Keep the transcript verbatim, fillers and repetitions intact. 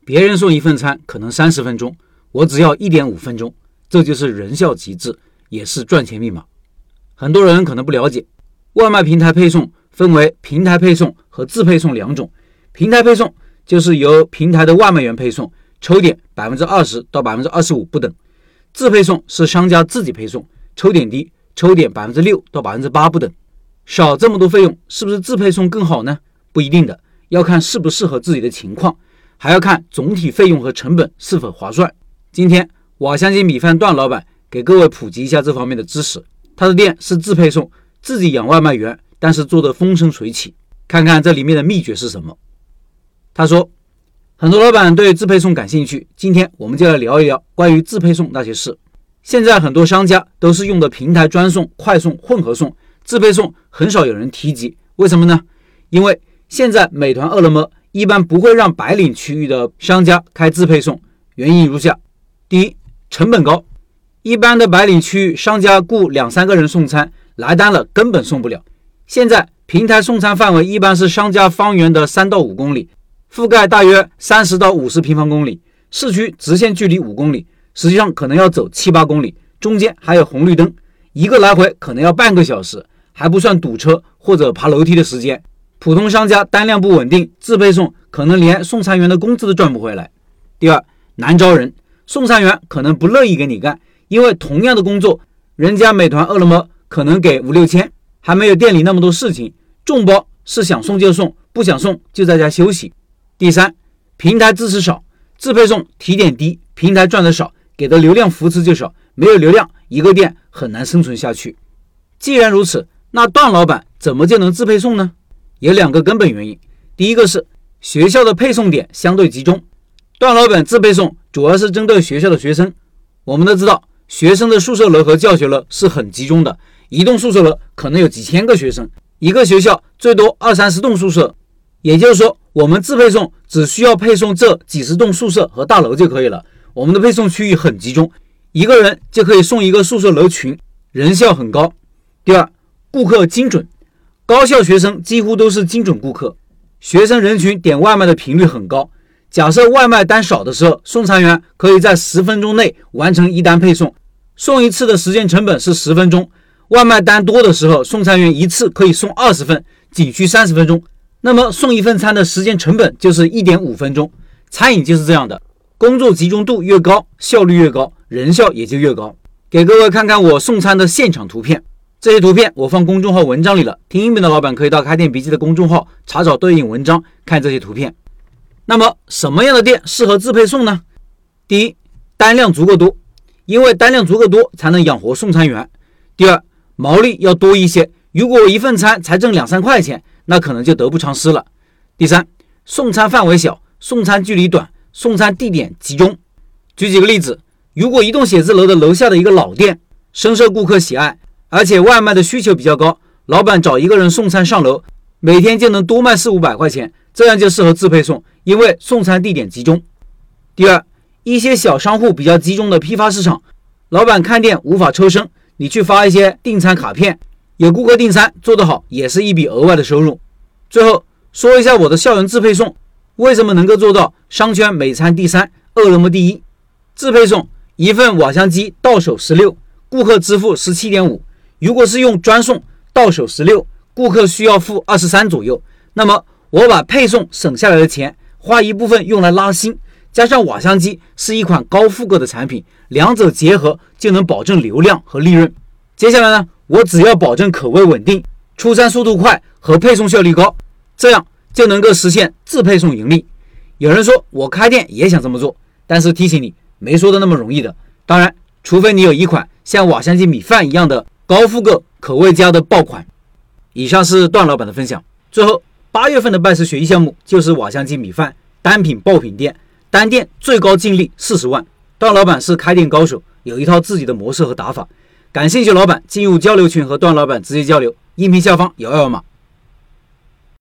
别人送一份餐可能三十分钟，我只要 一点五分钟，这就是人效极致，也是赚钱密码。很多人可能不了解，外卖平台配送分为平台配送和自配送两种。平台配送就是由平台的外卖员配送，抽点 百分之二十 到 百分之二十五 不等。自配送是商家自己配送，抽点低，抽点 百分之六 到 百分之八 不等。少这么多费用，是不是自配送更好呢？不一定的，要看适不适合自己的情况，还要看总体费用和成本是否划算。今天瓦香鸡米饭段老板给各位普及一下这方面的知识。他的店是自配送，自己养外卖员，但是做得风生水起。看看这里面的秘诀是什么。他说，很多老板对自配送感兴趣，今天我们就来聊一聊关于自配送那些事。现在很多商家都是用的平台专送、快送、混合送，自配送很少有人提及，为什么呢？因为现在美团、饿了么一般不会让白领区域的商家开自配送，原因如下：第一，成本高，一般的白领区域商家雇两三个人送餐，来单了根本送不了。现在平台送餐范围一般是商家方圆的三到五公里，覆盖大约三十到五十平方公里，市区直线距离五公里，实际上可能要走七八公里，中间还有红绿灯，一个来回可能要半个小时，还不算堵车或者爬楼梯的时间。普通商家单量不稳定，自配送可能连送餐员的工资都赚不回来。第二，难招人，送餐员可能不乐意给你干，因为同样的工作，人家美团、饿了么可能给五六千，还没有店里那么多事情，众包是想送就送，不想送就在家休息。第三，平台支持少，自配送提点低，平台赚的少，给的流量扶持就少，没有流量，一个店很难生存下去。既然如此，那段老板怎么就能自配送呢？有两个根本原因。第一个是学校的配送点相对集中，段老板自配送主要是针对学校的学生。我们都知道，学生的宿舍楼和教学楼是很集中的，一栋宿舍楼可能有几千个学生，一个学校最多二三十栋宿舍，也就是说我们自配送只需要配送这几十栋宿舍和大楼就可以了。我们的配送区域很集中，一个人就可以送一个宿舍楼群，人效很高。第二，顾客精准，高校学生几乎都是精准顾客，学生人群点外卖的频率很高。假设外卖单少的时候，送餐员可以在十分钟内完成一单配送，送一次的时间成本是十分钟。外卖单多的时候，送餐员一次可以送二十份，仅需三十分钟，那么送一份餐的时间成本就是 一点五分钟。餐饮就是这样的，工作集中度越高，效率越高，人效也就越高。给各位看看我送餐的现场图片，这些图片我放公众号文章里了，听音频的老板可以到开店笔记的公众号查找对应文章，看这些图片。那么什么样的店适合自配送呢？第一，单量足够多，因为单量足够多才能养活送餐员。第二，毛利要多一些，如果一份餐才挣两三块钱，那可能就得不偿失了。第三，送餐范围小，送餐距离短，送餐地点集中。举几个例子，如果一栋写字楼的楼下的一个老店深受顾客喜爱，而且外卖的需求比较高，老板找一个人送餐上楼，每天就能多卖四五百块钱，这样就适合自配送，因为送餐地点集中。第二，一些小商户比较集中的批发市场，老板看店无法抽身，你去发一些订餐卡片，有顾客订餐做得好，也是一笔额外的收入。最后说一下我的校园自配送为什么能够做到商圈每餐第三，饿了么第一。自配送一份瓦香鸡到手十六，顾客支付 十七点五， 如果是用专送，到手十六，顾客需要付二十三左右。那么我把配送省下来的钱花一部分用来拉新，加上瓦香鸡是一款高复购的产品，两者结合就能保证流量和利润。接下来呢，我只要保证口味稳定，出餐速度快和配送效率高，这样就能够实现自配送盈利。有人说我开店也想这么做，但是提醒你，没说的那么容易的。当然，除非你有一款像瓦香鸡米饭一样的高复购口味佳的爆款。以上是段老板的分享。最后，八月份的拜师学艺项目就是瓦香鸡米饭单品爆品店，单店最高净利四十万。段老板是开店高手，有一套自己的模式和打法。感兴趣老板进入交流群和段老板直接交流，音频下方有二维码。